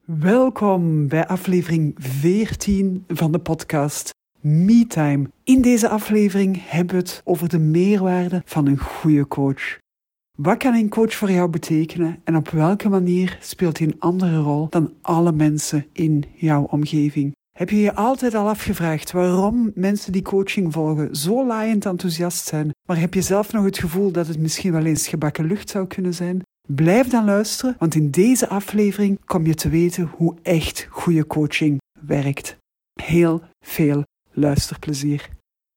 Welkom bij aflevering 14 van de podcast MeTime. In deze aflevering hebben we het over de meerwaarde van een goede coach. Wat kan een coach voor jou betekenen en op welke manier speelt hij een andere rol dan alle mensen in jouw omgeving? Heb je je altijd al afgevraagd waarom mensen die coaching volgen zo laaiend enthousiast zijn, maar heb je zelf nog het gevoel dat het misschien wel eens gebakken lucht zou kunnen zijn? Blijf dan luisteren, want in deze aflevering kom je te weten hoe echt goede coaching werkt. Heel veel luisterplezier.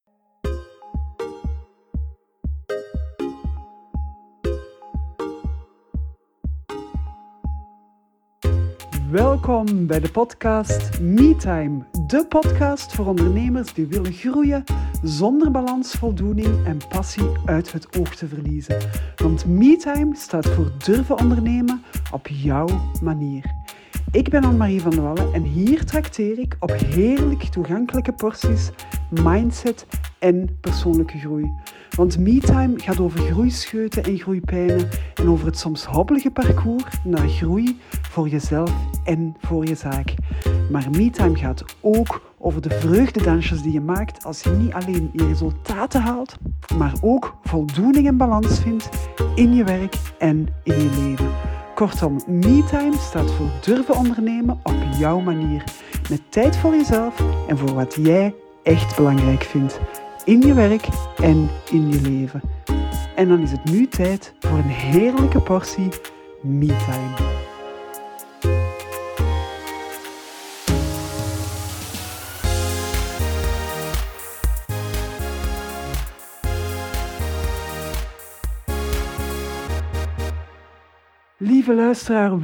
Welkom bij de podcast MeTime, de podcast voor ondernemers die willen groeien zonder balans, voldoening en passie uit het oog te verliezen. Want MeTime staat voor durven ondernemen op jouw manier. Ik ben Anne-Marie van de Wallen en hier trakteer ik op heerlijk toegankelijke porties, mindset en persoonlijke groei. Want MeTime gaat over groeischeuten en groeipijnen en over het soms hobbelige parcours naar groei voor jezelf en voor je zaak. Maar MeTime gaat ook over de vreugdedansjes die je maakt als je niet alleen je resultaten haalt, maar ook voldoening en balans vindt in je werk en in je leven. Kortom, MeTime staat voor durven ondernemen op jouw manier. Met tijd voor jezelf en voor wat jij echt belangrijk vindt. In je werk en in je leven. En dan is het nu tijd voor een heerlijke portie MeTime. Lieve luisteraar,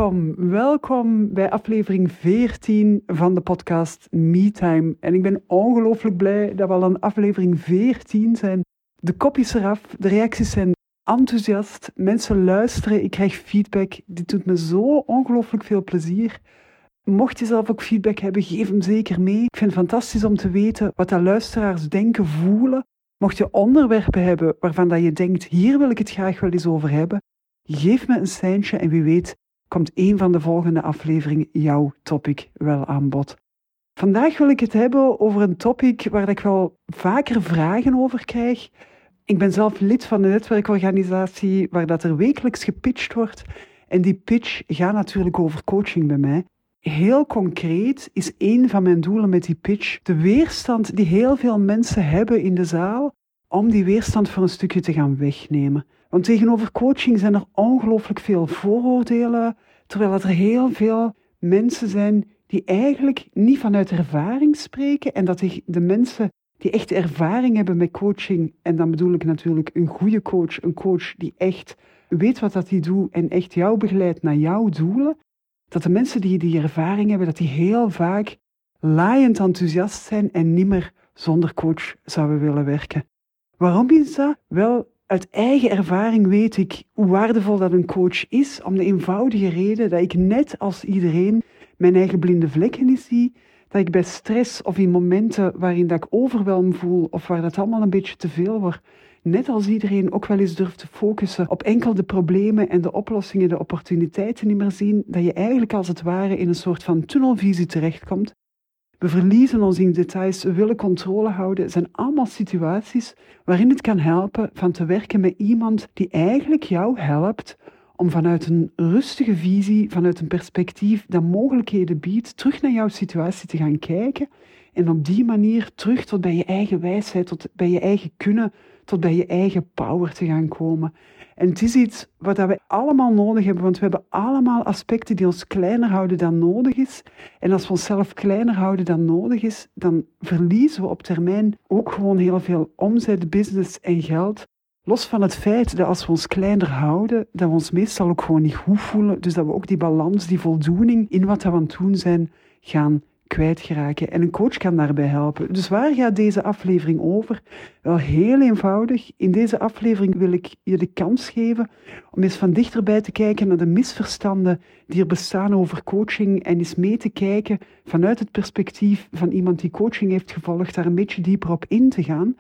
welkom bij aflevering 14 van de podcast MeTime. En ik ben ongelooflijk blij dat we al aan aflevering 14 zijn. De kop is eraf, de reacties zijn enthousiast, mensen luisteren, ik krijg feedback. Dit doet me zo ongelooflijk veel plezier. Mocht je zelf ook feedback hebben, geef hem zeker mee. Ik vind het fantastisch om te weten wat de luisteraars denken, voelen. Mocht je onderwerpen hebben waarvan dat je denkt, hier wil ik het graag wel eens over hebben, geef me een seintje en wie weet komt een van de volgende afleveringen jouw topic wel aan bod. Vandaag wil ik het hebben over een topic waar ik wel vaker vragen over krijg. Ik ben zelf lid van een netwerkorganisatie waar dat er wekelijks gepitcht wordt. En die pitch gaat natuurlijk over coaching bij mij. Heel concreet is één van mijn doelen met die pitch de weerstand die heel veel mensen hebben in de zaal, om die weerstand voor een stukje te gaan wegnemen. Want tegenover coaching zijn er ongelooflijk veel vooroordelen, terwijl er heel veel mensen zijn die eigenlijk niet vanuit ervaring spreken en dat de mensen die echt ervaring hebben met coaching, en dan bedoel ik natuurlijk een goede coach, een coach die echt weet wat dat hij doet en echt jou begeleidt naar jouw doelen, dat de mensen die die ervaring hebben, dat die heel vaak laaiend enthousiast zijn en niet meer zonder coach zouden willen werken. Waarom is dat? Wel, uit eigen ervaring weet ik hoe waardevol dat een coach is, om de eenvoudige reden dat ik net als iedereen mijn eigen blinde vlekken niet zie, dat ik bij stress of in momenten waarin dat ik overwelm voel of waar dat allemaal een beetje te veel wordt, net als iedereen ook wel eens durf te focussen op enkel de problemen en de oplossingen, de opportuniteiten niet meer zien, dat je eigenlijk als het ware in een soort van tunnelvisie terechtkomt. We verliezen ons in details, we willen controle houden. Het zijn allemaal situaties waarin het kan helpen van te werken met iemand die eigenlijk jou helpt om vanuit een rustige visie, vanuit een perspectief dat mogelijkheden biedt, terug naar jouw situatie te gaan kijken en op die manier terug tot bij je eigen wijsheid, tot bij je eigen kunnen, tot bij je eigen power te gaan komen. En het is iets wat we allemaal nodig hebben, want we hebben allemaal aspecten die ons kleiner houden dan nodig is. En als we onszelf kleiner houden dan nodig is, dan verliezen we op termijn ook gewoon heel veel omzet, business en geld. Los van het feit dat als we ons kleiner houden, dat we ons meestal ook gewoon niet goed voelen. Dus dat we ook die balans, die voldoening in wat we aan het doen zijn, gaan kwijtgeraken. En een coach kan daarbij helpen. Dus waar gaat deze aflevering over? Wel heel eenvoudig. In deze aflevering wil ik je de kans geven om eens van dichterbij te kijken naar de misverstanden die er bestaan over coaching en eens mee te kijken vanuit het perspectief van iemand die coaching heeft gevolgd, daar een beetje dieper op in te gaan.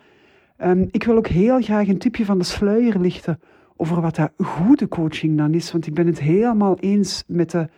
Ik wil ook heel graag een tipje van de sluier lichten over wat dat goede coaching dan is, want ik ben het helemaal eens met de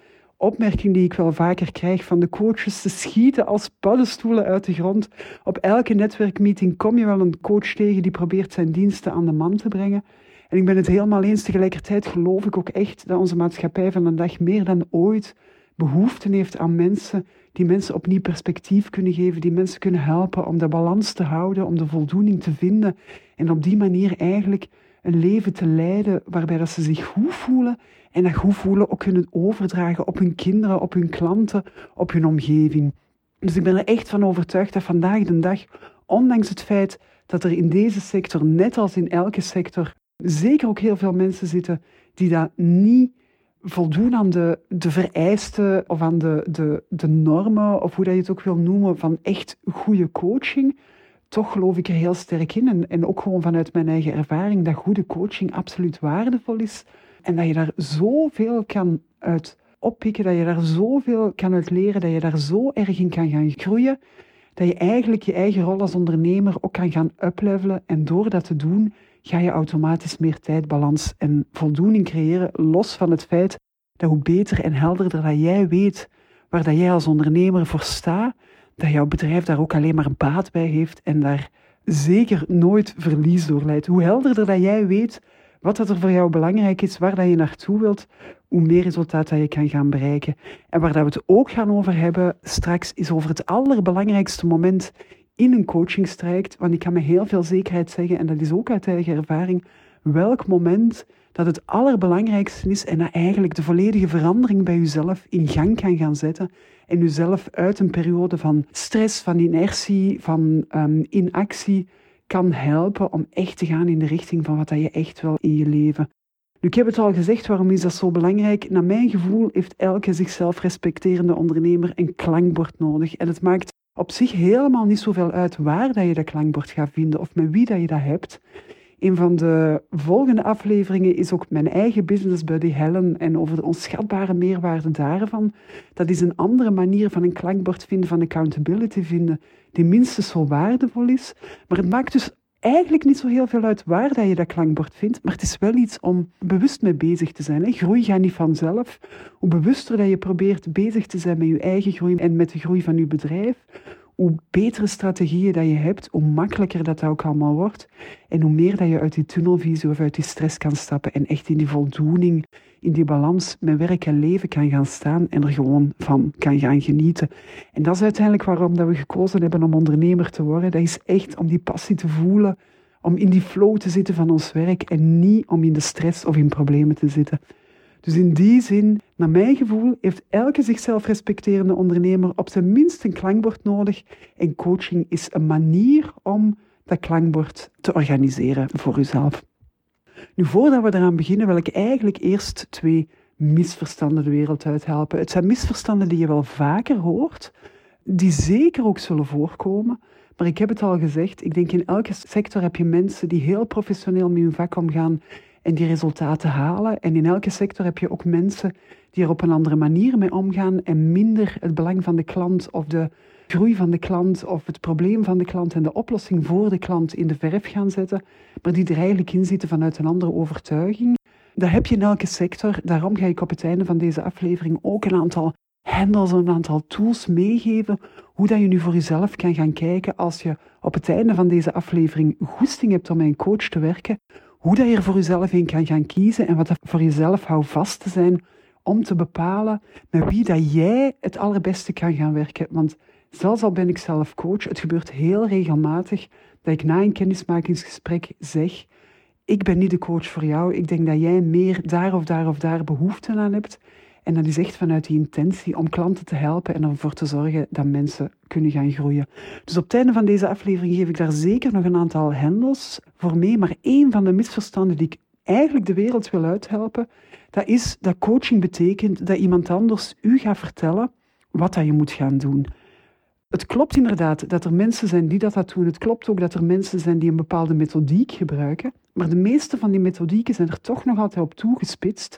opmerking die ik wel vaker krijg van de coaches. Ze schieten als paddenstoelen uit de grond. Op elke netwerkmeeting kom je wel een coach tegen die probeert zijn diensten aan de man te brengen. En ik ben het helemaal eens. Tegelijkertijd geloof ik ook echt dat onze maatschappij van de dag meer dan ooit behoefte heeft aan mensen die mensen opnieuw perspectief kunnen geven, die mensen kunnen helpen om de balans te houden, om de voldoening te vinden en op die manier eigenlijk een leven te leiden waarbij dat ze zich goed voelen en dat goed voelen ook kunnen overdragen op hun kinderen, op hun klanten, op hun omgeving. Dus ik ben er echt van overtuigd dat vandaag de dag, ondanks het feit dat er in deze sector, net als in elke sector, zeker ook heel veel mensen zitten die dat niet voldoen aan de vereisten of aan de normen, of hoe dat je het ook wil noemen, van echt goede coaching. Toch geloof ik er heel sterk in. En ook gewoon vanuit mijn eigen ervaring, dat goede coaching absoluut waardevol is. En dat je daar zoveel kan uit oppikken, dat je daar zoveel kan uit leren, dat je daar zo erg in kan gaan groeien, dat je eigenlijk je eigen rol als ondernemer ook kan gaan uplevelen. En door dat te doen, ga je automatisch meer tijd, balans en voldoening creëren, los van het feit dat hoe beter en helderder dat jij weet waar dat jij als ondernemer voor staat, dat jouw bedrijf daar ook alleen maar baat bij heeft en daar zeker nooit verlies door leidt. Hoe helderder dat jij weet wat dat er voor jou belangrijk is, waar dat je naartoe wilt, hoe meer resultaat dat je kan gaan bereiken. En waar dat we het ook gaan over hebben straks, is over het allerbelangrijkste moment in een coachingstraject. Want ik kan met heel veel zekerheid zeggen, en dat is ook uit eigen ervaring, welk moment dat het allerbelangrijkste is en dat eigenlijk de volledige verandering bij jezelf in gang kan gaan zetten en jezelf uit een periode van stress, van inertie, van inactie kan helpen om echt te gaan in de richting van wat dat je echt wil in je leven. Nu, ik heb het al gezegd, waarom is dat zo belangrijk? Naar mijn gevoel heeft elke zichzelf respecterende ondernemer een klankbord nodig. En het maakt op zich helemaal niet zoveel uit waar dat je dat klankbord gaat vinden of met wie dat je dat hebt. Een van de volgende afleveringen is ook mijn eigen business buddy Helen en over de onschatbare meerwaarde daarvan. Dat is een andere manier van een klankbord vinden, van accountability vinden, die minstens zo waardevol is. Maar het maakt dus eigenlijk niet zo heel veel uit waar dat je dat klankbord vindt, maar het is wel iets om bewust mee bezig te zijn. Hè. Groei gaat niet vanzelf. Hoe bewuster dat je probeert bezig te zijn met je eigen groei en met de groei van je bedrijf, hoe betere strategieën dat je hebt, hoe makkelijker dat ook allemaal wordt. En hoe meer dat je uit die tunnelvisie of uit die stress kan stappen en echt in die voldoening, in die balans met werk en leven kan gaan staan en er gewoon van kan gaan genieten. En dat is uiteindelijk waarom dat we gekozen hebben om ondernemer te worden. Dat is echt om die passie te voelen, om in die flow te zitten van ons werk en niet om in de stress of in problemen te zitten. Dus in die zin, naar mijn gevoel, heeft elke zichzelf respecterende ondernemer op zijn minst een klankbord nodig. En coaching is een manier om dat klankbord te organiseren voor uzelf. Nu, voordat we eraan beginnen, wil ik eigenlijk eerst 2 misverstanden de wereld uithelpen. Het zijn misverstanden die je wel vaker hoort, die zeker ook zullen voorkomen. Maar ik heb het al gezegd, ik denk in elke sector heb je mensen die heel professioneel met hun vak omgaan en die resultaten halen. En in elke sector heb je ook mensen die er op een andere manier mee omgaan en minder het belang van de klant of de groei van de klant of het probleem van de klant en de oplossing voor de klant in de verf gaan zetten, maar die er eigenlijk in zitten vanuit een andere overtuiging. Dat heb je in elke sector. Daarom ga ik op het einde van deze aflevering ook een aantal handles, een aantal tools meegeven, hoe dat je nu voor jezelf kan gaan kijken als je op het einde van deze aflevering goesting hebt om met een coach te werken, hoe dat je er voor jezelf in kan gaan kiezen en wat dat voor jezelf houvast te zijn om te bepalen met wie dat jij het allerbeste kan gaan werken. Want zelfs al ben ik zelf coach, het gebeurt heel regelmatig dat ik na een kennismakingsgesprek zeg, ik ben niet de coach voor jou, ik denk dat jij meer daar of daar of daar behoefte aan hebt. En dat is echt vanuit die intentie om klanten te helpen en ervoor te zorgen dat mensen kunnen gaan groeien. Dus op het einde van deze aflevering geef ik daar zeker nog een aantal handles voor mee. Maar één van de misverstanden die ik eigenlijk de wereld wil uithelpen, dat is dat coaching betekent dat iemand anders u gaat vertellen wat dat je moet gaan doen. Het klopt inderdaad dat er mensen zijn die dat doen. Het klopt ook dat er mensen zijn die een bepaalde methodiek gebruiken. Maar de meeste van die methodieken zijn er toch nog altijd op toegespitst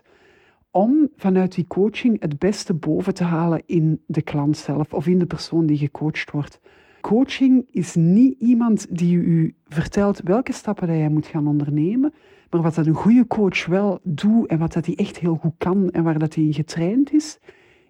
om vanuit die coaching het beste boven te halen in de klant zelf of in de persoon die gecoacht wordt. Coaching is niet iemand die u vertelt welke stappen dat jij moet gaan ondernemen, maar wat dat een goede coach wel doet en wat dat hij echt heel goed kan en waar dat hij in getraind is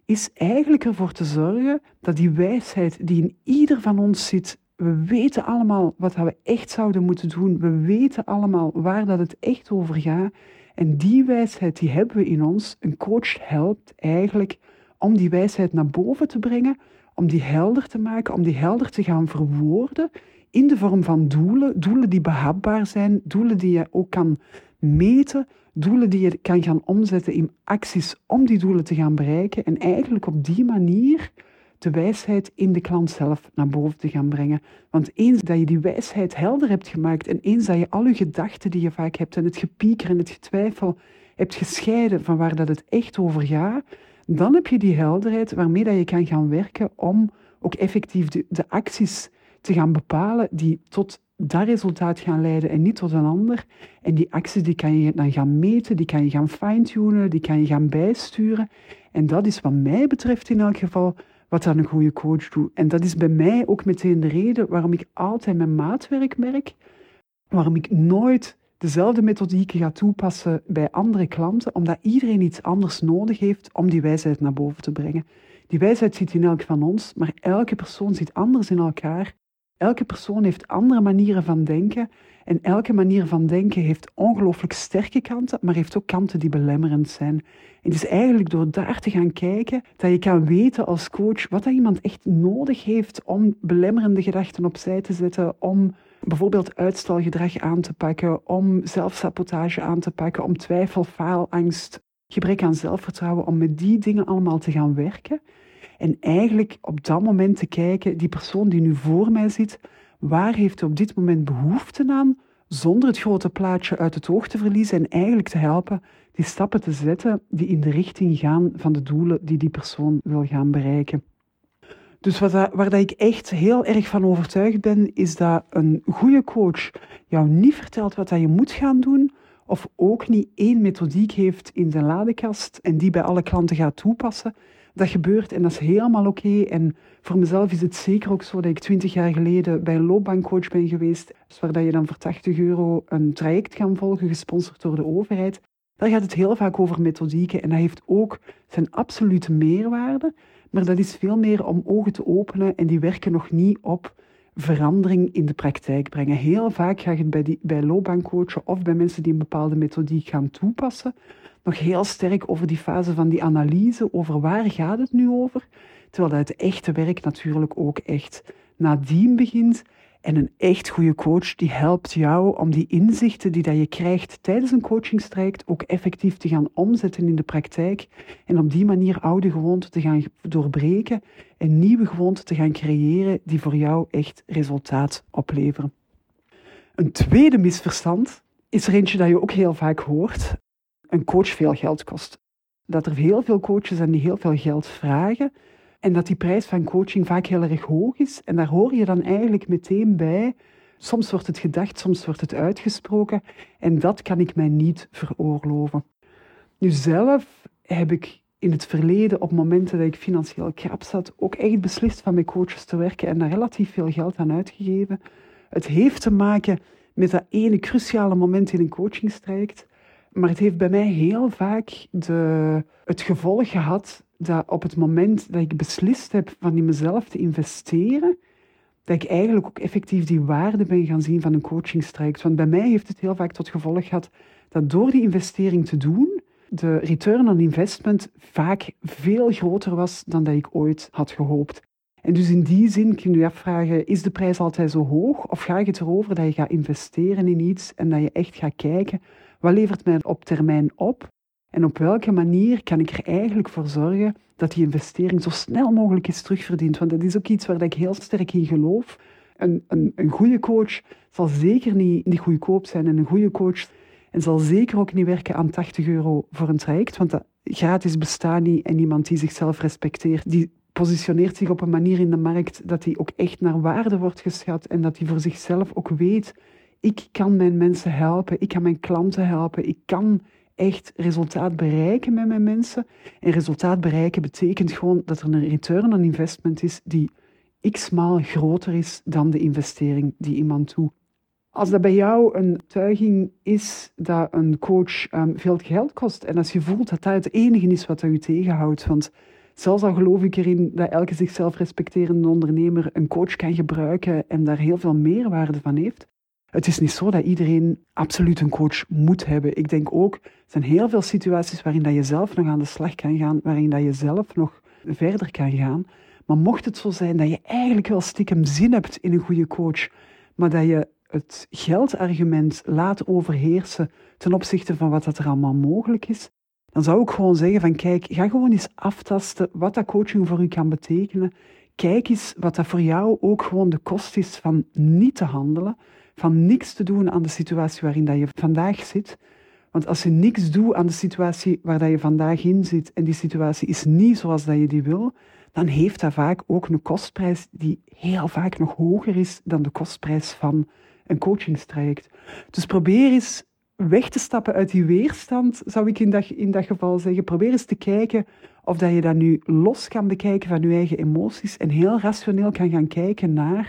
is eigenlijk ervoor te zorgen dat die wijsheid die in ieder van ons zit, we weten allemaal wat we echt zouden moeten doen. We weten allemaal waar dat het echt over gaat. En die wijsheid die hebben we in ons. Een coach helpt eigenlijk om die wijsheid naar boven te brengen, om die helder te maken, om die helder te gaan verwoorden in de vorm van doelen. Doelen die behapbaar zijn, doelen die je ook kan meten, doelen die je kan gaan omzetten in acties om die doelen te gaan bereiken. En eigenlijk op die manier de wijsheid in de klant zelf naar boven te gaan brengen. Want eens dat je die wijsheid helder hebt gemaakt en eens dat je al je gedachten die je vaak hebt en het gepieker en het getwijfel hebt gescheiden van waar dat het echt over gaat, dan heb je die helderheid waarmee dat je kan gaan werken om ook effectief de acties te gaan bepalen die tot dat resultaat gaan leiden en niet tot een ander. En die acties die kan je dan gaan meten, die kan je gaan fine-tunen, die kan je gaan bijsturen. En dat is wat mij betreft in elk geval wat dan een goede coach doet. En dat is bij mij ook meteen de reden waarom ik altijd mijn maatwerk merk, waarom ik nooit dezelfde methodieken ga toepassen bij andere klanten, omdat iedereen iets anders nodig heeft om die wijsheid naar boven te brengen. Die wijsheid zit in elk van ons, maar elke persoon zit anders in elkaar. Elke persoon heeft andere manieren van denken en elke manier van denken heeft ongelooflijk sterke kanten, maar heeft ook kanten die belemmerend zijn. En het is eigenlijk door daar te gaan kijken dat je kan weten als coach wat dat iemand echt nodig heeft om belemmerende gedachten opzij te zetten, om bijvoorbeeld uitstelgedrag aan te pakken, om zelfsabotage aan te pakken, om twijfel, faalangst, gebrek aan zelfvertrouwen, om met die dingen allemaal te gaan werken. En eigenlijk op dat moment te kijken, die persoon die nu voor mij zit, waar heeft hij op dit moment behoefte aan, zonder het grote plaatje uit het oog te verliezen en eigenlijk te helpen die stappen te zetten die in de richting gaan van de doelen die die persoon wil gaan bereiken. Dus waar dat ik echt heel erg van overtuigd ben, is dat een goede coach jou niet vertelt wat dat je moet gaan doen, of ook niet één methodiek heeft in zijn ladekast en die bij alle klanten gaat toepassen. Dat gebeurt en dat is helemaal oké. En voor mezelf is het zeker ook zo dat ik 20 jaar geleden bij een loopbaancoach ben geweest, dus waar dat je dan voor €80 een traject kan volgen, gesponsord door de overheid. Daar gaat het heel vaak over methodieken en dat heeft ook zijn absolute meerwaarde. Maar dat is veel meer om ogen te openen en die werken nog niet op verandering in de praktijk brengen. Heel vaak ga je het bij loopbaancoachen of bij mensen die een bepaalde methodiek gaan toepassen, nog heel sterk over die fase van die analyse, over waar gaat het nu over, terwijl dat het echte werk natuurlijk ook echt nadien begint. En een echt goede coach die helpt jou om die inzichten die dat je krijgt tijdens een coachingstraject ook effectief te gaan omzetten in de praktijk en op die manier oude gewoonten te gaan doorbreken en nieuwe gewoonten te gaan creëren die voor jou echt resultaat opleveren. Een tweede misverstand is er eentje dat je ook heel vaak hoort. Een coach veel geld kost. Dat er heel veel coaches zijn die heel veel geld vragen en dat die prijs van coaching vaak heel erg hoog is. En daar hoor je dan eigenlijk meteen bij. Soms wordt het gedacht, soms wordt het uitgesproken. En dat kan ik mij niet veroorloven. Nu zelf heb ik in het verleden, op momenten dat ik financieel krap zat, ook echt beslist van met coaches te werken en daar relatief veel geld aan uitgegeven. Het heeft te maken met dat ene cruciale moment in een coachingstraject. Maar het heeft bij mij heel vaak het gevolg gehad dat op het moment dat ik beslist heb van in mezelf te investeren, dat ik eigenlijk ook effectief die waarde ben gaan zien van een coachingstraject. Want bij mij heeft het heel vaak tot gevolg gehad dat door die investering te doen, de return on investment vaak veel groter was dan dat ik ooit had gehoopt. En dus in die zin kun je je afvragen, is de prijs altijd zo hoog? Of ga je het erover dat je gaat investeren in iets en dat je echt gaat kijken, wat levert mij op termijn op? En op welke manier kan ik er eigenlijk voor zorgen dat die investering zo snel mogelijk is terugverdiend? Want dat is ook iets waar ik heel sterk in geloof. Een goede coach zal zeker niet goedkoop zijn. En een goede coach zal zeker ook niet werken aan €80 voor een traject. Want dat gratis bestaat niet. En iemand die zichzelf respecteert, die positioneert zich op een manier in de markt dat hij ook echt naar waarde wordt geschat. En dat hij voor zichzelf ook weet, ik kan mijn mensen helpen. Ik kan mijn klanten helpen. Ik kan echt resultaat bereiken met mijn mensen. En resultaat bereiken betekent gewoon dat er een return on investment is die x-maal groter is dan de investering die iemand doet. Als dat bij jou een tuiging is dat een coach veel geld kost en als je voelt dat dat het enige is wat u tegenhoudt, want Zelfs al geloof ik erin dat elke zichzelf respecterende ondernemer een coach kan gebruiken en daar heel veel meerwaarde van heeft. Het is niet zo dat iedereen absoluut een coach moet hebben. Ik denk ook, er zijn heel veel situaties waarin dat je zelf nog aan de slag kan gaan, waarin dat je zelf nog verder kan gaan. Maar mocht het zo zijn dat je eigenlijk wel stiekem zin hebt in een goede coach, maar dat je het geldargument laat overheersen ten opzichte van wat dat er allemaal mogelijk is, dan zou ik gewoon zeggen van kijk, ga gewoon eens aftasten wat dat coaching voor u kan betekenen. Kijk eens wat dat voor jou ook gewoon de kost is van niet te handelen, van niks te doen aan de situatie waarin dat je vandaag zit. Want als je niks doet aan de situatie waar dat je vandaag in zit en die situatie is niet zoals dat je die wil, dan heeft dat vaak ook een kostprijs die heel vaak nog hoger is dan de kostprijs van een coachingstraject. Dus probeer eens weg te stappen uit die weerstand, zou ik in dat geval zeggen. Probeer eens te kijken of dat je dat nu los kan bekijken van je eigen emoties en heel rationeel kan gaan kijken naar,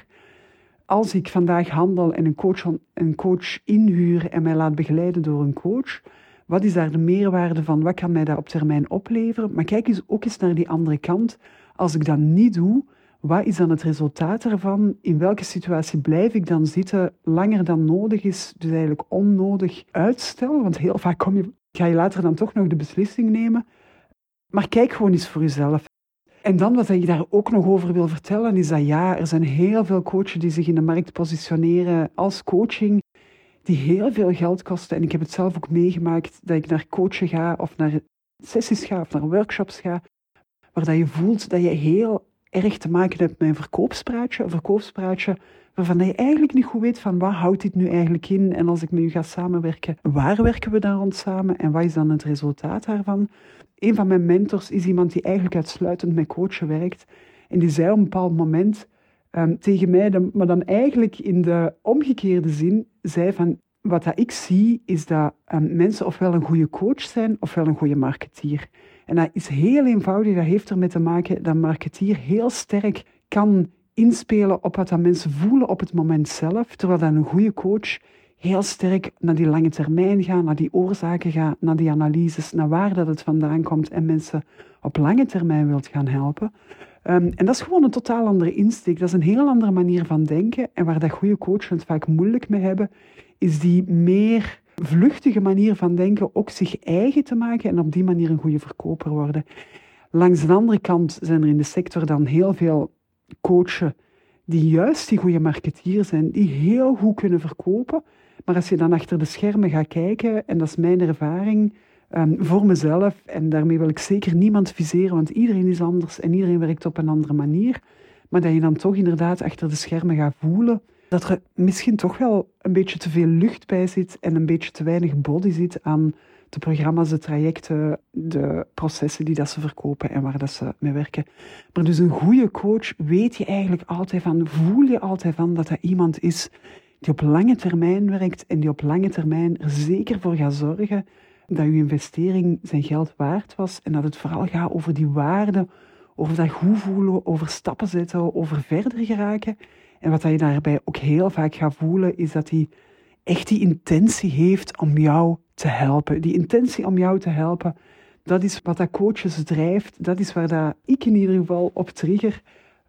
als ik vandaag handel en een coach inhuur en mij laat begeleiden door een coach, wat is daar de meerwaarde van? Wat kan mij dat op termijn opleveren? Maar kijk eens ook eens naar die andere kant. Als ik dat niet doe, wat is dan het resultaat ervan? In welke situatie blijf ik dan zitten langer dan nodig is? Dus eigenlijk onnodig uitstel, want heel vaak ga je later dan toch nog de beslissing nemen. Maar kijk gewoon eens voor jezelf. En dan wat ik daar ook nog over wil vertellen, is dat ja, er zijn heel veel coaches die zich in de markt positioneren als coaching, die heel veel geld kosten. En ik heb het zelf ook meegemaakt dat ik naar coachen ga, of naar sessies ga, of naar workshops ga, waar dat je voelt dat je heel erg te maken hebt met een verkoopspraatje waarvan je eigenlijk niet goed weet van wat houdt dit nu eigenlijk in en als ik met u ga samenwerken, waar werken we dan rond samen en wat is dan het resultaat daarvan? Een van mijn mentors is iemand die eigenlijk uitsluitend met coachen werkt en die zei op een bepaald moment tegen mij, maar dan eigenlijk in de omgekeerde zin, zei van wat dat ik zie is dat mensen ofwel een goede coach zijn ofwel een goede marketeer. En dat is heel eenvoudig, dat heeft ermee te maken dat een marketeer heel sterk kan inspelen op wat dat mensen voelen op het moment zelf, terwijl dat een goede coach heel sterk naar die lange termijn gaat, naar die oorzaken gaat, naar die analyses, naar waar dat het vandaan komt en mensen op lange termijn wilt gaan helpen. En dat is gewoon een totaal andere insteek. Dat is een heel andere manier van denken. En waar dat goede coaches het vaak moeilijk mee hebben, is die meer vluchtige manier van denken ook zich eigen te maken en op die manier een goede verkoper worden. Langs de andere kant zijn er in de sector dan heel veel coachen die juist die goede marketeer zijn, die heel goed kunnen verkopen. Maar als je dan achter de schermen gaat kijken, en dat is mijn ervaring voor mezelf, en daarmee wil ik zeker niemand viseren, want iedereen is anders en iedereen werkt op een andere manier, maar dat je dan toch inderdaad achter de schermen gaat voelen dat er misschien toch wel een beetje te veel lucht bij zit en een beetje te weinig body zit aan de programma's, de trajecten, de processen die dat ze verkopen en waar dat ze mee werken. Maar dus een goede coach weet je eigenlijk altijd van, voel je altijd van dat dat iemand is die op lange termijn werkt en die op lange termijn er zeker voor gaat zorgen dat je investering zijn geld waard was en dat het vooral gaat over die waarde, over dat goed voelen, over stappen zetten, over verder geraken. En wat je daarbij ook heel vaak gaat voelen, is dat hij echt die intentie heeft om jou te helpen. Die intentie om jou te helpen, dat is wat dat coaches drijft. Dat is waar dat ik in ieder geval op trigger.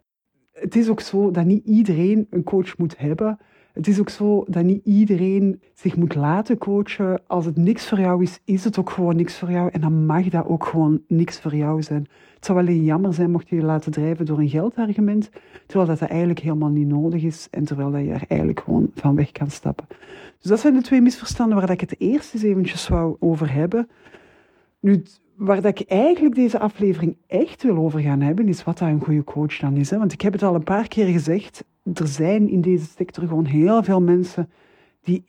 Het is ook zo dat niet iedereen een coach moet hebben. Het is ook zo dat niet iedereen zich moet laten coachen. Als het niks voor jou is, is het ook gewoon niks voor jou. En dan mag dat ook gewoon niks voor jou zijn. Het zou alleen jammer zijn mocht je je laten drijven door een geldargument, terwijl dat eigenlijk helemaal niet nodig is en terwijl dat je er eigenlijk gewoon van weg kan stappen. Dus dat zijn de twee misverstanden waar ik het eerst eens eventjes wou over hebben. Nu, waar dat ik eigenlijk deze aflevering echt wil over gaan hebben, is wat dat een goede coach dan is. Want ik heb het al een paar keer gezegd, er zijn in deze sector gewoon heel veel mensen die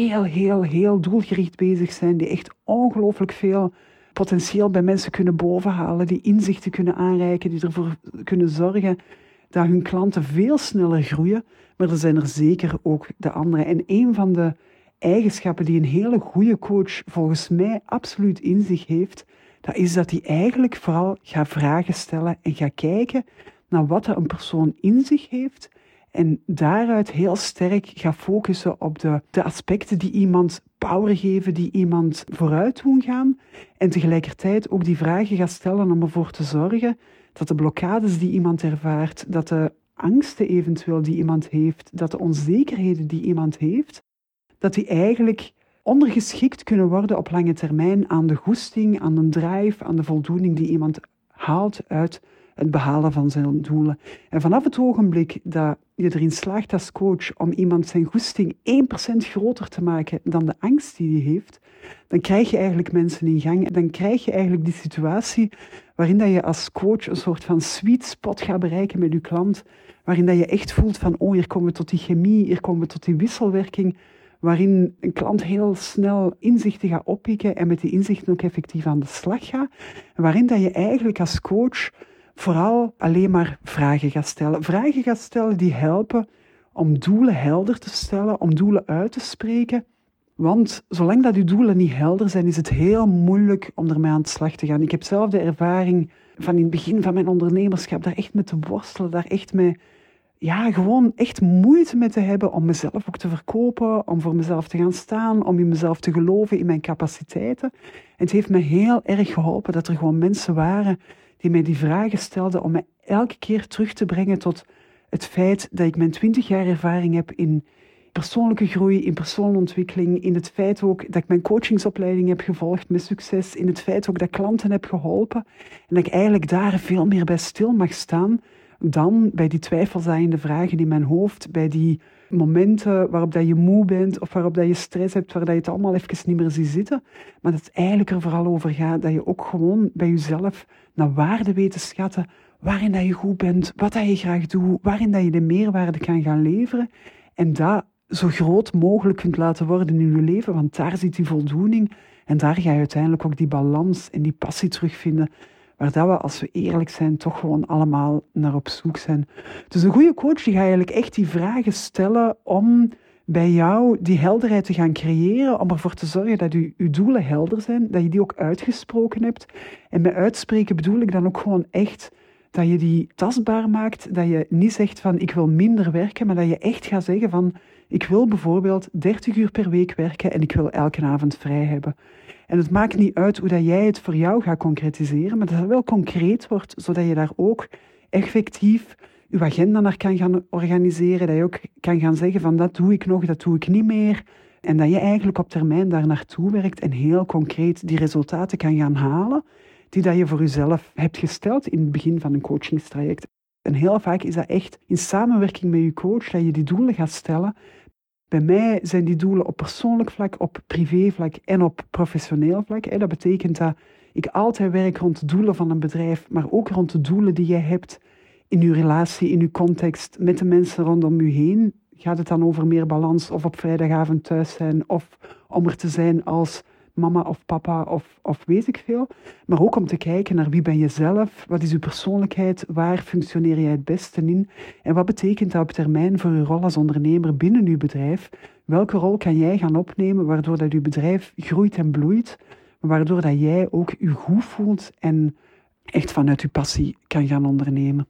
heel doelgericht bezig zijn, die echt ongelooflijk veel potentieel bij mensen kunnen bovenhalen, die inzichten kunnen aanreiken, die ervoor kunnen zorgen dat hun klanten veel sneller groeien. Maar er zijn er zeker ook de andere. En een van de eigenschappen die een hele goede coach volgens mij absoluut in zich heeft, dat is dat hij eigenlijk vooral gaat vragen stellen en gaat kijken naar wat een persoon in zich heeft en daaruit heel sterk gaat focussen op de aspecten die iemand power geven, die iemand vooruit doen gaan en tegelijkertijd ook die vragen gaat stellen om ervoor te zorgen dat de blokkades die iemand ervaart, dat de angsten eventueel die iemand heeft, dat de onzekerheden die iemand heeft, dat die eigenlijk ondergeschikt kunnen worden op lange termijn aan de goesting, aan de drive, aan de voldoening die iemand haalt uit het behalen van zijn doelen. En vanaf het ogenblik dat je erin slaagt als coach om iemand zijn goesting 1% groter te maken dan de angst die hij heeft, dan krijg je eigenlijk mensen in gang. En dan krijg je eigenlijk die situatie waarin dat je als coach een soort van sweet spot gaat bereiken met je klant, waarin dat je echt voelt van, oh, hier komen we tot die chemie, hier komen we tot die wisselwerking, waarin een klant heel snel inzichten gaat oppikken en met die inzichten ook effectief aan de slag gaat. En waarin dat je eigenlijk als coach vooral alleen maar vragen gaat stellen. Vragen gaat stellen die helpen om doelen helder te stellen, om doelen uit te spreken. Want zolang dat uw doelen niet helder zijn, is het heel moeilijk om ermee aan de slag te gaan. Ik heb zelf de ervaring van in het begin van mijn ondernemerschap daar echt mee te worstelen, daar echt mee, gewoon echt moeite mee te hebben om mezelf ook te verkopen, om voor mezelf te gaan staan, om in mezelf te geloven, in mijn capaciteiten. En het heeft me heel erg geholpen dat er gewoon mensen waren die mij die vragen stelden om mij elke keer terug te brengen tot het feit dat ik mijn 20 jaar ervaring heb in persoonlijke groei, in persoonlijke ontwikkeling, in het feit ook dat ik mijn coachingsopleiding heb gevolgd met succes, in het feit ook dat ik klanten heb geholpen en dat ik eigenlijk daar veel meer bij stil mag staan dan bij die twijfelzaaiende vragen in mijn hoofd, bij die momenten waarop dat je moe bent of waarop dat je stress hebt, waar dat je het allemaal even niet meer ziet zitten. Maar dat het eigenlijk er vooral over gaat dat je ook gewoon bij jezelf naar waarde weet te schatten, waarin dat je goed bent, wat dat je graag doet, waarin dat je de meerwaarde kan gaan leveren en dat zo groot mogelijk kunt laten worden in je leven, want daar zit die voldoening en daar ga je uiteindelijk ook die balans en die passie terugvinden, waar dat we, als we eerlijk zijn, toch gewoon allemaal naar op zoek zijn. Dus een goede coach die gaat eigenlijk echt die vragen stellen om bij jou die helderheid te gaan creëren, om ervoor te zorgen dat je doelen helder zijn, dat je die ook uitgesproken hebt. En met uitspreken bedoel ik dan ook gewoon echt dat je die tastbaar maakt, dat je niet zegt van ik wil minder werken, maar dat je echt gaat zeggen van ik wil bijvoorbeeld 30 uur per week werken en ik wil elke avond vrij hebben. En het maakt niet uit hoe dat jij het voor jou gaat concretiseren, maar dat het wel concreet wordt, zodat je daar ook effectief je agenda naar kan gaan organiseren, dat je ook kan gaan zeggen van dat doe ik nog, dat doe ik niet meer. En dat je eigenlijk op termijn daar naartoe werkt en heel concreet die resultaten kan gaan halen die dat je voor jezelf hebt gesteld in het begin van een coachingstraject. En heel vaak is dat echt in samenwerking met je coach dat je die doelen gaat stellen. Bij mij zijn die doelen op persoonlijk vlak, op privévlak en op professioneel vlak. Dat betekent dat ik altijd werk rond de doelen van een bedrijf, maar ook rond de doelen die jij hebt in je relatie, in je context, met de mensen rondom je heen. Gaat het dan over meer balans of op vrijdagavond thuis zijn of om er te zijn als mama of papa of weet ik veel. Maar ook om te kijken naar wie ben je zelf, wat is je persoonlijkheid, waar functioneer jij het beste in en wat betekent dat op termijn voor je rol als ondernemer binnen je bedrijf. Welke rol kan jij gaan opnemen waardoor dat je bedrijf groeit en bloeit, waardoor dat jij ook je goed voelt en echt vanuit je passie kan gaan ondernemen.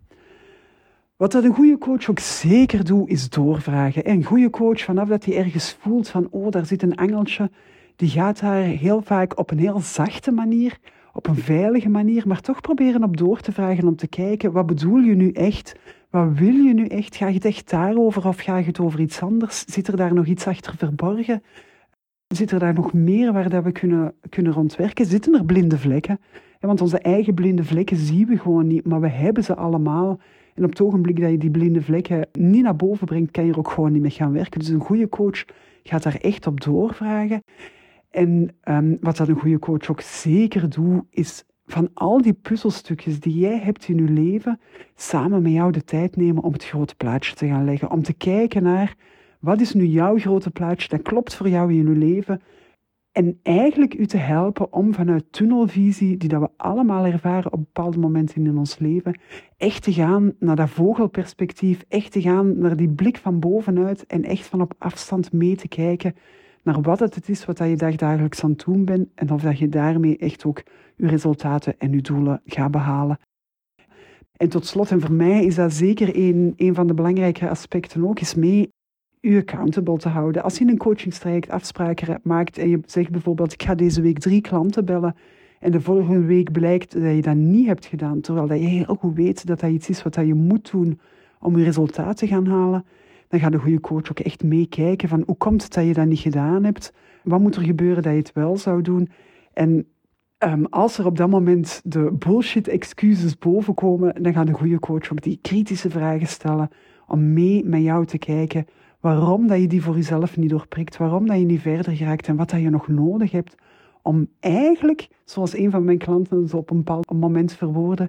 Wat dat een goede coach ook zeker doet, is doorvragen. Een goede coach, vanaf dat hij ergens voelt van, oh, daar zit een angeltje, die gaat daar heel vaak op een heel zachte manier, op een veilige manier, maar toch proberen op door te vragen om te kijken, wat bedoel je nu echt? Wat wil je nu echt? Ga je het echt daarover of ga je het over iets anders? Zit er daar nog iets achter verborgen? Zit er daar nog meer waar dat we kunnen rondwerken? Zitten er blinde vlekken? Want onze eigen blinde vlekken zien we gewoon niet, maar we hebben ze allemaal. En op het ogenblik dat je die blinde vlekken niet naar boven brengt, kan je er ook gewoon niet mee gaan werken. Dus een goede coach gaat daar echt op doorvragen. En wat dat een goede coach ook zeker doet, is van al die puzzelstukjes die jij hebt in je leven, samen met jou de tijd nemen om het grote plaatje te gaan leggen. Om te kijken naar, wat is nu jouw grote plaatje, dat klopt voor jou in je leven. En eigenlijk u te helpen om vanuit tunnelvisie, die dat we allemaal ervaren op bepaalde momenten in ons leven, echt te gaan naar dat vogelperspectief, echt te gaan naar die blik van bovenuit en echt van op afstand mee te kijken naar wat het is wat je dagelijks aan het doen bent en of dat je daarmee echt ook je resultaten en je doelen gaat behalen. En tot slot, en voor mij is dat zeker een van de belangrijke aspecten ook, is mee je accountable te houden. Als je in een coachingstraject afspraken maakt en je zegt bijvoorbeeld, ik ga deze week 3 klanten bellen en de volgende week blijkt dat je dat niet hebt gedaan, terwijl dat je heel goed weet dat dat iets is wat je moet doen om je resultaat te gaan halen, dan gaat de goede coach ook echt meekijken van hoe komt het dat je dat niet gedaan hebt? Wat moet er gebeuren dat je het wel zou doen? En als er op dat moment de bullshit-excuses bovenkomen, dan gaat de goede coach ook die kritische vragen stellen om mee met jou te kijken waarom dat je die voor jezelf niet doorprikt, waarom dat je niet verder geraakt en wat dat je nog nodig hebt om eigenlijk, zoals een van mijn klanten het op een bepaald moment verwoordde,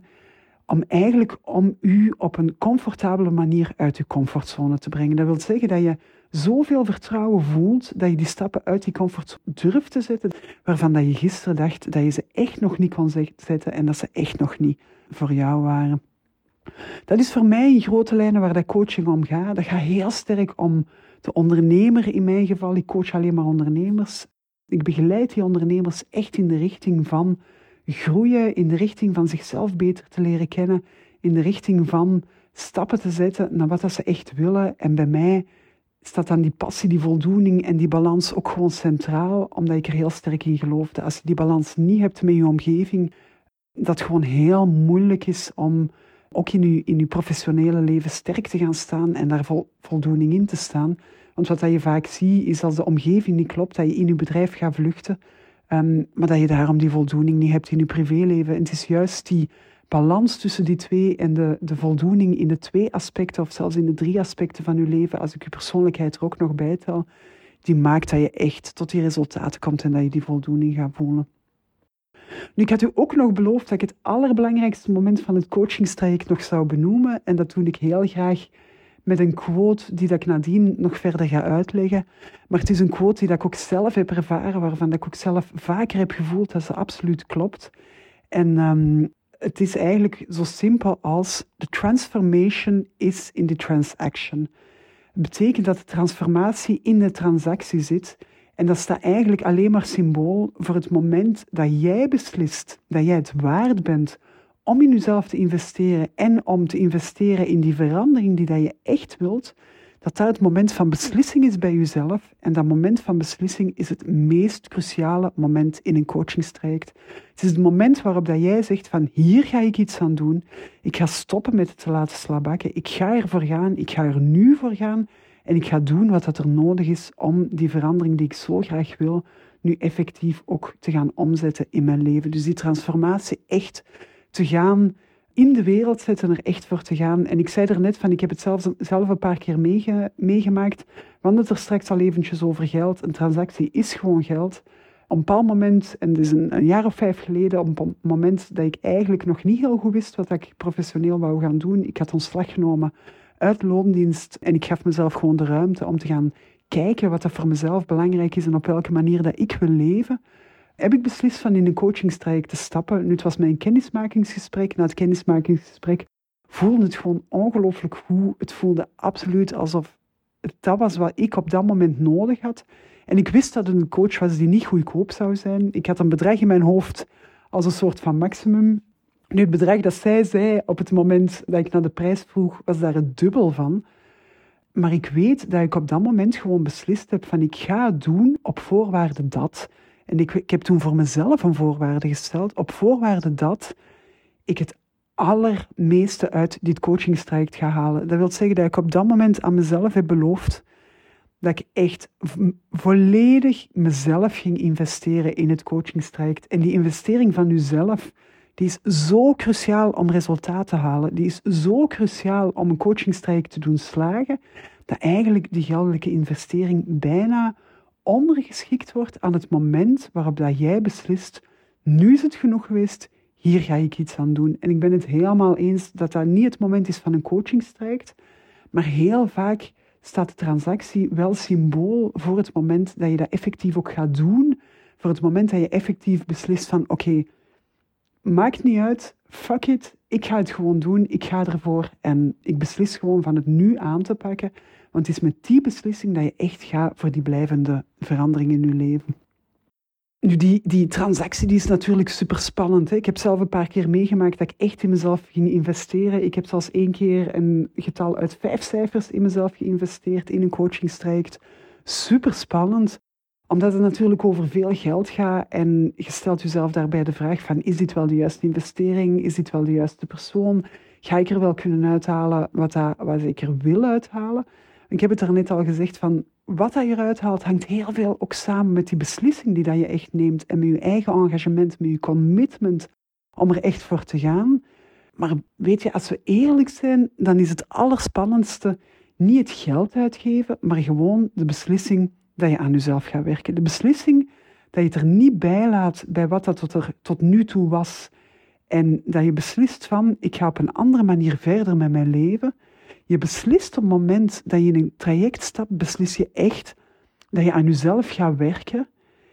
om u op een comfortabele manier uit uw comfortzone te brengen. Dat wil zeggen dat je zoveel vertrouwen voelt dat je die stappen uit die comfortzone durft te zetten, waarvan dat je gisteren dacht dat je ze echt nog niet kon zetten en dat ze echt nog niet voor jou waren. Dat is voor mij in grote lijnen waar dat coaching om gaat. Dat gaat heel sterk om de ondernemer in mijn geval. Ik coach alleen maar ondernemers. Ik begeleid die ondernemers echt in de richting van groeien, in de richting van zichzelf beter te leren kennen, in de richting van stappen te zetten naar wat dat ze echt willen. En bij mij staat dan die passie, die voldoening en die balans ook gewoon centraal, omdat ik er heel sterk in geloof dat als je die balans niet hebt met je omgeving, dat het gewoon heel moeilijk is om ook in je professionele leven sterk te gaan staan en daar voldoening in te staan. Want wat dat je vaak ziet, is als de omgeving niet klopt, dat je in je bedrijf gaat vluchten, maar dat je daarom die voldoening niet hebt in je privéleven. En het is juist die balans tussen die twee en de voldoening in de 2 aspecten, of zelfs in de 3 aspecten van je leven, als ik je persoonlijkheid er ook nog bij tel, die maakt dat je echt tot die resultaten komt en dat je die voldoening gaat voelen. Nu, ik had u ook nog beloofd dat ik het allerbelangrijkste moment van het coachingstraject nog zou benoemen. En dat doe ik heel graag met een quote die dat ik nadien nog verder ga uitleggen. Maar het is een quote die dat ik ook zelf heb ervaren, waarvan dat ik ook zelf vaker heb gevoeld dat ze absoluut klopt. En het is eigenlijk zo simpel als: the transformation is in the transaction. Het betekent dat de transformatie in de transactie zit. En dat staat eigenlijk alleen maar symbool voor het moment dat jij beslist dat jij het waard bent om in jezelf te investeren en om te investeren in die verandering die dat je echt wilt, dat het moment van beslissing is bij jezelf. En dat moment van beslissing is het meest cruciale moment in een coachingstraject. Het is het moment waarop dat jij zegt van: hier ga ik iets aan doen. Ik ga stoppen met het te laten slabakken. Ik ga ervoor gaan. Ik ga er nu voor gaan. En ik ga doen wat er nodig is om die verandering die ik zo graag wil, nu effectief ook te gaan omzetten in mijn leven. Dus die transformatie echt te gaan in de wereld zetten, er echt voor te gaan. En ik zei er net van, ik heb het zelf een paar keer meegemaakt. We hadden het er straks al eventjes over geld. Een transactie is gewoon geld. Op een bepaald moment, en dat is een jaar of 5 geleden, op een moment dat ik eigenlijk nog niet heel goed wist wat ik professioneel wou gaan doen. Ik had ontslag genomen uit loondienst en ik gaf mezelf gewoon de ruimte om te gaan kijken wat dat voor mezelf belangrijk is en op welke manier dat ik wil leven. Heb ik beslist van in een coachingstraject te stappen. Nu, het was mijn kennismakingsgesprek. Na het kennismakingsgesprek voelde het gewoon ongelooflijk goed. Het voelde absoluut alsof dat was wat ik op dat moment nodig had. En ik wist dat het een coach was die niet goedkoop zou zijn. Ik had een bedrag in mijn hoofd als een soort van maximum. Nu, het bedrag dat zij zei op het moment dat ik naar de prijs vroeg, was daar het dubbel van. Maar ik weet dat ik op dat moment gewoon beslist heb van: ik ga het doen op voorwaarde dat. En ik heb toen voor mezelf een voorwaarde gesteld, op voorwaarde dat ik het allermeeste uit dit coachingstraject ga halen. Dat wil zeggen dat ik op dat moment aan mezelf heb beloofd dat ik echt volledig mezelf ging investeren in het coachingstraject. En die investering van uzelf, die is zo cruciaal om resultaat te halen. Die is zo cruciaal om een coachingstraject te doen slagen, dat eigenlijk die geldelijke investering bijna ondergeschikt wordt aan het moment waarop dat jij beslist: nu is het genoeg geweest, hier ga ik iets aan doen. En ik ben het helemaal eens dat dat niet het moment is van een coachingstraject, maar heel vaak staat de transactie wel symbool voor het moment dat je dat effectief ook gaat doen, voor het moment dat je effectief beslist van: oké, maakt niet uit, fuck it, ik ga het gewoon doen, ik ga ervoor en ik beslis gewoon van het nu aan te pakken. Want het is met die beslissing dat je echt gaat voor die blijvende verandering in je leven. Nu, die transactie die is natuurlijk super spannend. Hè? Ik heb zelf een paar keer meegemaakt dat ik echt in mezelf ging investeren. Ik heb zelfs 1 keer een getal uit 5 cijfers in mezelf geïnvesteerd in een coachingstraject. Super spannend. Omdat het natuurlijk over veel geld gaat en je stelt jezelf daarbij de vraag van, is dit wel de juiste investering? Is dit wel de juiste persoon? Ga ik er wel kunnen uithalen wat ik er wil uithalen? Ik heb het er net al gezegd van, wat dat je eruit haalt hangt heel veel ook samen met die beslissing die dat je echt neemt en met je eigen engagement, met je commitment om er echt voor te gaan. Maar weet je, als we eerlijk zijn, dan is het allerspannendste niet het geld uitgeven, maar gewoon de beslissing dat je aan jezelf gaat werken. De beslissing dat je het er niet bij laat bij wat dat tot nu toe was. En dat je beslist van, ik ga op een andere manier verder met mijn leven. Je beslist op het moment dat je in een traject stapt, beslis je echt dat je aan jezelf gaat werken.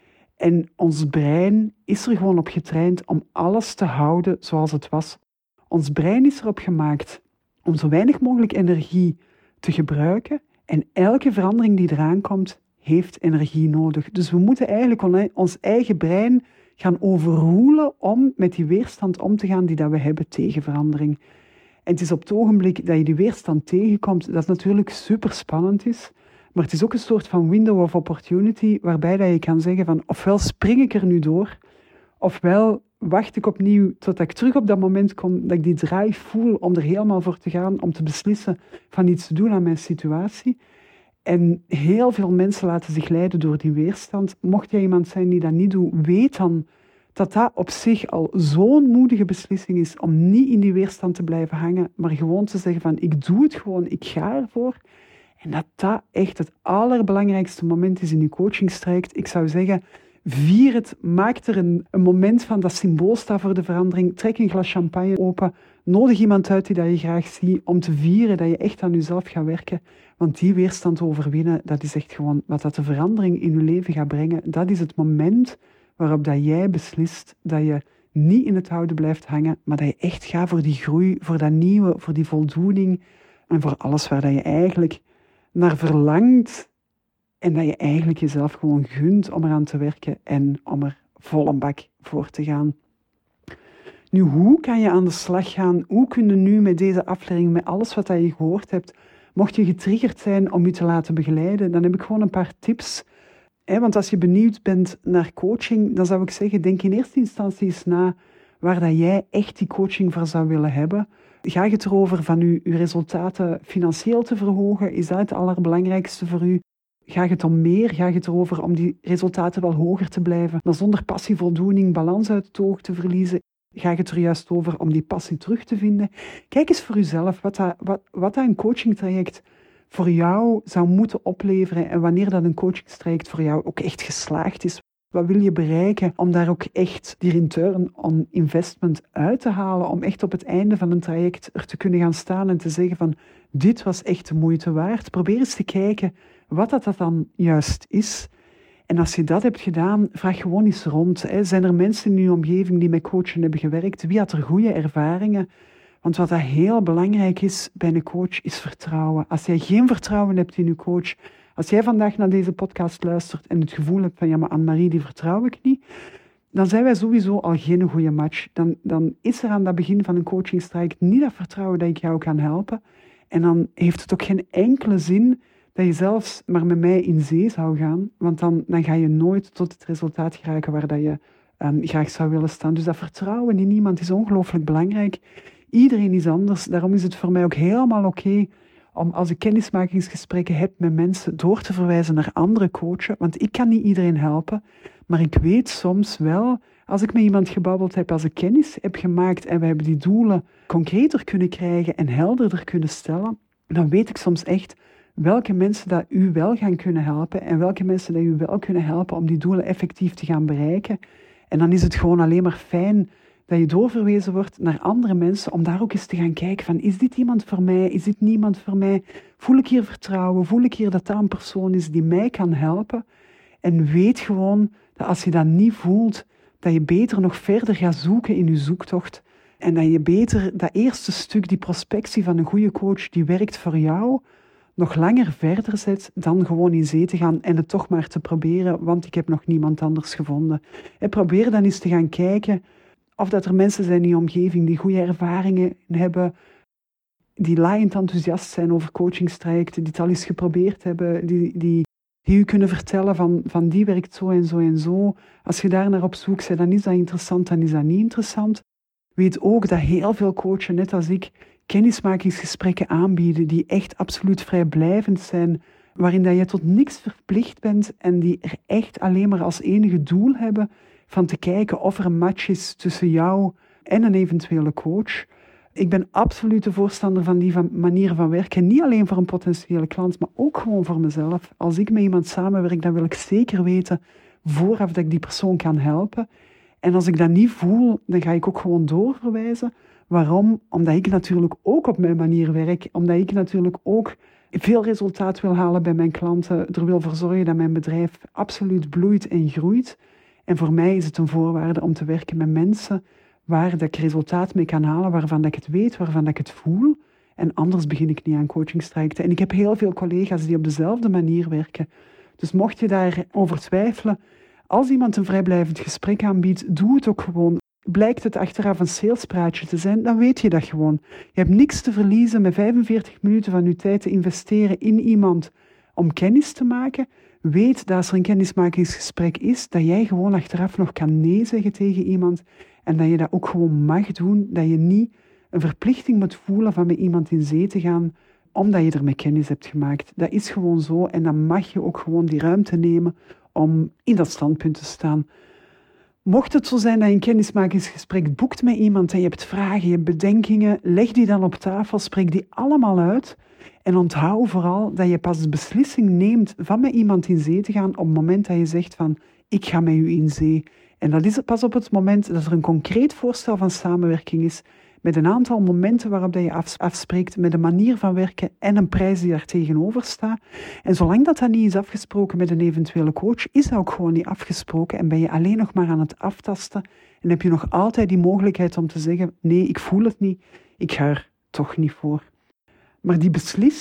En ons brein is er gewoon op getraind om alles te houden zoals het was. Ons brein is erop gemaakt om zo weinig mogelijk energie te gebruiken. En elke verandering die eraan komt, heeft energie nodig. Dus we moeten eigenlijk ons eigen brein gaan overroelen om met die weerstand om te gaan die dat we hebben tegen verandering. En het is op het ogenblik dat je die weerstand tegenkomt, dat natuurlijk super spannend is. Maar het is ook een soort van window of opportunity, waarbij dat je kan zeggen van, ofwel spring ik er nu door, ofwel wacht ik opnieuw totdat ik terug op dat moment kom, dat ik die drive voel om er helemaal voor te gaan, om te beslissen van iets te doen aan mijn situatie. En heel veel mensen laten zich leiden door die weerstand. Mocht jij iemand zijn die dat niet doet, weet dan dat dat op zich al zo'n moedige beslissing is om niet in die weerstand te blijven hangen, maar gewoon te zeggen van, ik doe het gewoon, ik ga ervoor. En dat dat echt het allerbelangrijkste moment is in je coachingstraject. Ik zou zeggen, vier het, maak er een moment van dat symbool staat voor de verandering. Trek een glas champagne open, nodig iemand uit die dat je graag ziet, om te vieren dat je echt aan jezelf gaat werken. Want die weerstand overwinnen, dat is echt gewoon wat dat de verandering in je leven gaat brengen. Dat is het moment waarop dat jij beslist dat je niet in het oude blijft hangen, maar dat je echt gaat voor die groei, voor dat nieuwe, voor die voldoening en voor alles waar dat je eigenlijk naar verlangt en dat je eigenlijk jezelf gewoon gunt om eraan te werken en om er vol een bak voor te gaan. Nu, hoe kan je aan de slag gaan? Hoe kun je nu met deze aflevering, met alles wat je gehoord hebt, mocht je getriggerd zijn om je te laten begeleiden, dan heb ik gewoon een paar tips. Want als je benieuwd bent naar coaching, dan zou ik zeggen, denk in eerste instantie eens na waar dat jij echt die coaching voor zou willen hebben. Gaat het erover van je resultaten financieel te verhogen? Is dat het allerbelangrijkste voor u? Gaat het om meer? Gaat het erover om die resultaten wel hoger te blijven, maar zonder passie, voldoening, balans uit het oog te verliezen? Gaat het er juist over om die passie terug te vinden? Kijk eens voor uzelf wat dat een coachingtraject voor jou zou moeten opleveren en wanneer dat een coachingstraject voor jou ook echt geslaagd is. Wat wil je bereiken om daar ook echt die return on investment uit te halen, om echt op het einde van een traject er te kunnen gaan staan en te zeggen van, dit was echt de moeite waard. Probeer eens te kijken wat dat dan juist is. En als je dat hebt gedaan, vraag gewoon eens rond. Zijn er mensen in je omgeving die met coachen hebben gewerkt? Wie had er goede ervaringen? Want wat dat heel belangrijk is bij een coach, is vertrouwen. Als jij geen vertrouwen hebt in je coach, als jij vandaag naar deze podcast luistert en het gevoel hebt van, ja, maar Anne-Marie, die vertrouw ik niet, dan zijn wij sowieso al geen goede match. Dan is er aan dat begin van een coachingstraject niet dat vertrouwen dat ik jou kan helpen. En dan heeft het ook geen enkele zin dat je zelfs maar met mij in zee zou gaan, want dan ga je nooit tot het resultaat geraken waar dat je graag zou willen staan. Dus dat vertrouwen in iemand is ongelooflijk belangrijk. Iedereen is anders, daarom is het voor mij ook helemaal oké om, als ik kennismakingsgesprekken heb met mensen, door te verwijzen naar andere coachen, want ik kan niet iedereen helpen, maar ik weet soms wel, als ik met iemand gebabbeld heb, als ik kennis heb gemaakt en we hebben die doelen concreter kunnen krijgen en helderder kunnen stellen, dan weet ik soms echt welke mensen dat u wel gaan kunnen helpen en welke mensen dat u wel kunnen helpen om die doelen effectief te gaan bereiken. En dan is het gewoon alleen maar fijn dat je doorverwezen wordt naar andere mensen om daar ook eens te gaan kijken van, is dit iemand voor mij, is dit niemand voor mij? Voel ik hier vertrouwen? Voel ik hier dat dat een persoon is die mij kan helpen? En weet gewoon dat als je dat niet voelt, dat je beter nog verder gaat zoeken in je zoektocht en dat je beter dat eerste stuk, die prospectie van een goede coach, die werkt voor jou, nog langer verder zet dan gewoon in zee te gaan en het toch maar te proberen, want ik heb nog niemand anders gevonden. En probeer dan eens te gaan kijken of dat er mensen zijn in je omgeving die goede ervaringen hebben, die laaiend enthousiast zijn over coachingstrajecten, die het al eens geprobeerd hebben, die die u kunnen vertellen van die werkt zo en zo en zo. Als je daar naar op zoek bent, dan is dat interessant, dan is dat niet interessant. Weet ook dat heel veel coaches, net als ik, kennismakingsgesprekken aanbieden die echt absoluut vrijblijvend zijn, waarin dat je tot niks verplicht bent en die er echt alleen maar als enige doel hebben van te kijken of er een match is tussen jou en een eventuele coach. Ik ben absoluut de voorstander van die manier van werken. Niet alleen voor een potentiële klant, maar ook gewoon voor mezelf. Als ik met iemand samenwerk, dan wil ik zeker weten vooraf dat ik die persoon kan helpen. En als ik dat niet voel, dan ga ik ook gewoon doorverwijzen. Waarom? Omdat ik natuurlijk ook op mijn manier werk. Omdat ik natuurlijk ook veel resultaat wil halen bij mijn klanten. Er wil voor zorgen dat mijn bedrijf absoluut bloeit en groeit. En voor mij is het een voorwaarde om te werken met mensen waar dat ik resultaat mee kan halen, waarvan dat ik het weet, waarvan dat ik het voel. En anders begin ik niet aan coachingstrajecten. En ik heb heel veel collega's die op dezelfde manier werken. Dus mocht je daarover twijfelen, als iemand een vrijblijvend gesprek aanbiedt, doe het ook gewoon. Blijkt het achteraf een salespraatje te zijn, dan weet je dat gewoon. Je hebt niks te verliezen met 45 minuten van je tijd te investeren in iemand om kennis te maken. Weet dat als er een kennismakingsgesprek is, dat jij gewoon achteraf nog kan nee zeggen tegen iemand en dat je dat ook gewoon mag doen, dat je niet een verplichting moet voelen van met iemand in zee te gaan omdat je ermee kennis hebt gemaakt. Dat is gewoon zo en dan mag je ook gewoon die ruimte nemen om in dat standpunt te staan. Mocht het zo zijn dat je een kennismakingsgesprek boekt met iemand en je hebt vragen, je hebt bedenkingen, leg die dan op tafel, spreek die allemaal uit. En onthoud vooral dat je pas de beslissing neemt van met iemand in zee te gaan op het moment dat je zegt van, ik ga met u in zee. En dat is pas op het moment dat er een concreet voorstel van samenwerking is, met een aantal momenten waarop dat je afspreekt, met een manier van werken en een prijs die daar tegenover staat. En zolang dat niet is afgesproken met een eventuele coach, is dat ook gewoon niet afgesproken en ben je alleen nog maar aan het aftasten en heb je nog altijd die mogelijkheid om te zeggen, nee, ik voel het niet, ik ga er toch niet voor. Maar die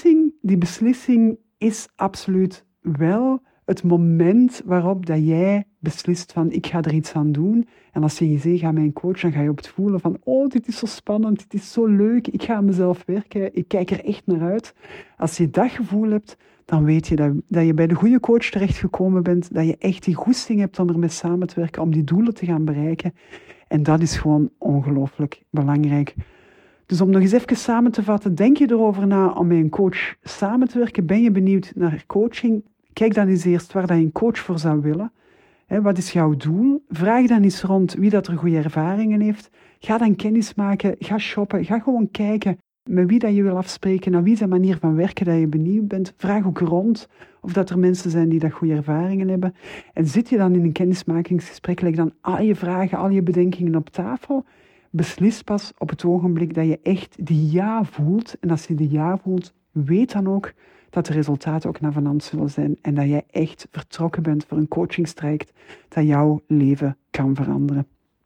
beslissing is absoluut wel het moment waarop dat jij beslist van ik ga er iets aan doen. En als je in zee gaat met een coach, dan ga je op het voelen van oh, dit is zo spannend, dit is zo leuk, ik ga aan mezelf werken, ik kijk er echt naar uit. Als je dat gevoel hebt, dan weet je dat je bij de goede coach terechtgekomen bent, dat je echt die goesting hebt om ermee samen te werken, om die doelen te gaan bereiken. En dat is gewoon ongelooflijk belangrijk. Dus om nog eens even samen te vatten, denk je erover na om met een coach samen te werken? Ben je benieuwd naar coaching? Kijk dan eens eerst waar dat je een coach voor zou willen. Wat is jouw doel? Vraag dan eens rond wie dat er goede ervaringen heeft. Ga dan kennis maken, ga shoppen, ga gewoon kijken met wie dat je wil afspreken, naar wie zijn manier van werken dat je benieuwd bent. Vraag ook rond of dat er mensen zijn die dat goede ervaringen hebben. En zit je dan in een kennismakingsgesprek, leg dan al je vragen, al je bedenkingen op tafel. Beslis pas op het ogenblik dat je echt die ja voelt. En als je die ja voelt, weet dan ook dat de resultaten ook navenant zullen zijn. En dat jij echt vertrokken bent voor een coachingstraject dat jouw leven kan veranderen.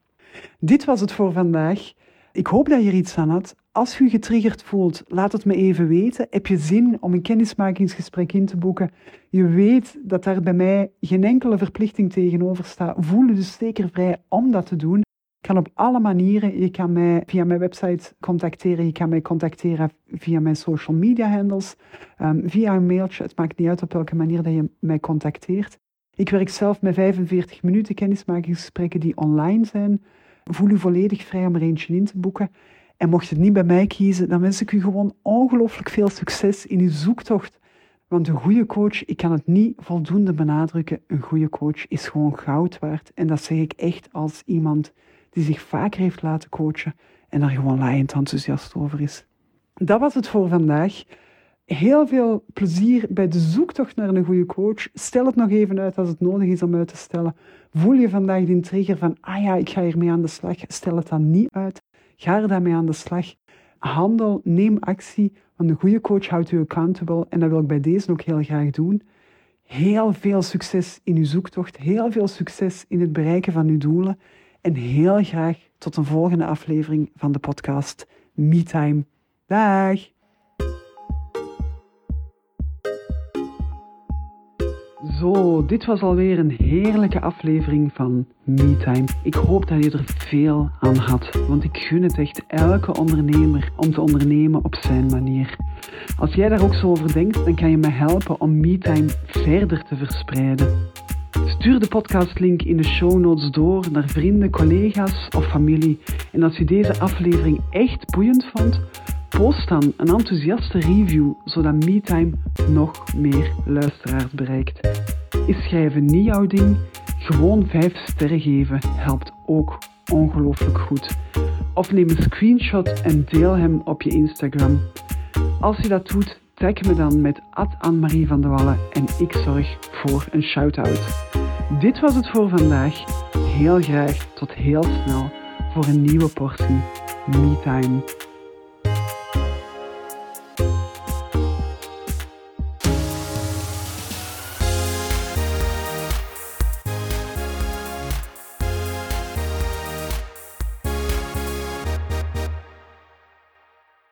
Dit was het voor vandaag. Ik hoop dat je er iets aan had. Als je je getriggerd voelt, laat het me even weten. Heb je zin om een kennismakingsgesprek in te boeken? Je weet dat daar bij mij geen enkele verplichting tegenover staat. Voel je dus zeker vrij om dat te doen. Kan op alle manieren. Je kan mij via mijn website contacteren. Je kan mij contacteren via mijn social media handles. Via een mailtje. Het maakt niet uit op welke manier dat je mij contacteert. Ik werk zelf met 45 minuten kennismakingsgesprekken die online zijn. Voel u volledig vrij om er eentje in te boeken. En mocht je het niet bij mij kiezen, dan wens ik u gewoon ongelooflijk veel succes in uw zoektocht. Want een goede coach, ik kan het niet voldoende benadrukken, een goede coach is gewoon goud waard. En dat zeg ik echt als iemand die zich vaker heeft laten coachen en daar gewoon laaiend enthousiast over is. Dat was het voor vandaag. Heel veel plezier bij de zoektocht naar een goede coach. Stel het nog even uit als het nodig is om uit te stellen. Voel je vandaag die trigger van, ik ga hiermee aan de slag. Stel het dan niet uit. Ga er dan mee aan de slag. Handel, neem actie, want een goede coach houdt u accountable. En dat wil ik bij deze ook heel graag doen. Heel veel succes in uw zoektocht. Heel veel succes in het bereiken van uw doelen. En heel graag tot een volgende aflevering van de podcast MeTime. Dag! Zo, dit was alweer een heerlijke aflevering van MeTime. Ik hoop dat je er veel aan had, want ik gun het echt elke ondernemer om te ondernemen op zijn manier. Als jij daar ook zo over denkt, dan kan je me helpen om MeTime verder te verspreiden. Stuur de podcastlink in de show notes door naar vrienden, collega's of familie. En als je deze aflevering echt boeiend vond, post dan een enthousiaste review, zodat MeTime nog meer luisteraars bereikt. Is schrijven niet jouw ding? Gewoon 5 sterren geven helpt ook ongelooflijk goed. Of neem een screenshot en deel hem op je Instagram. Als je dat doet, tag me dan met @Annemarie van de Wallen en ik zorg voor een shout-out. Dit was het voor vandaag. Heel graag tot heel snel voor een nieuwe portie MeTime.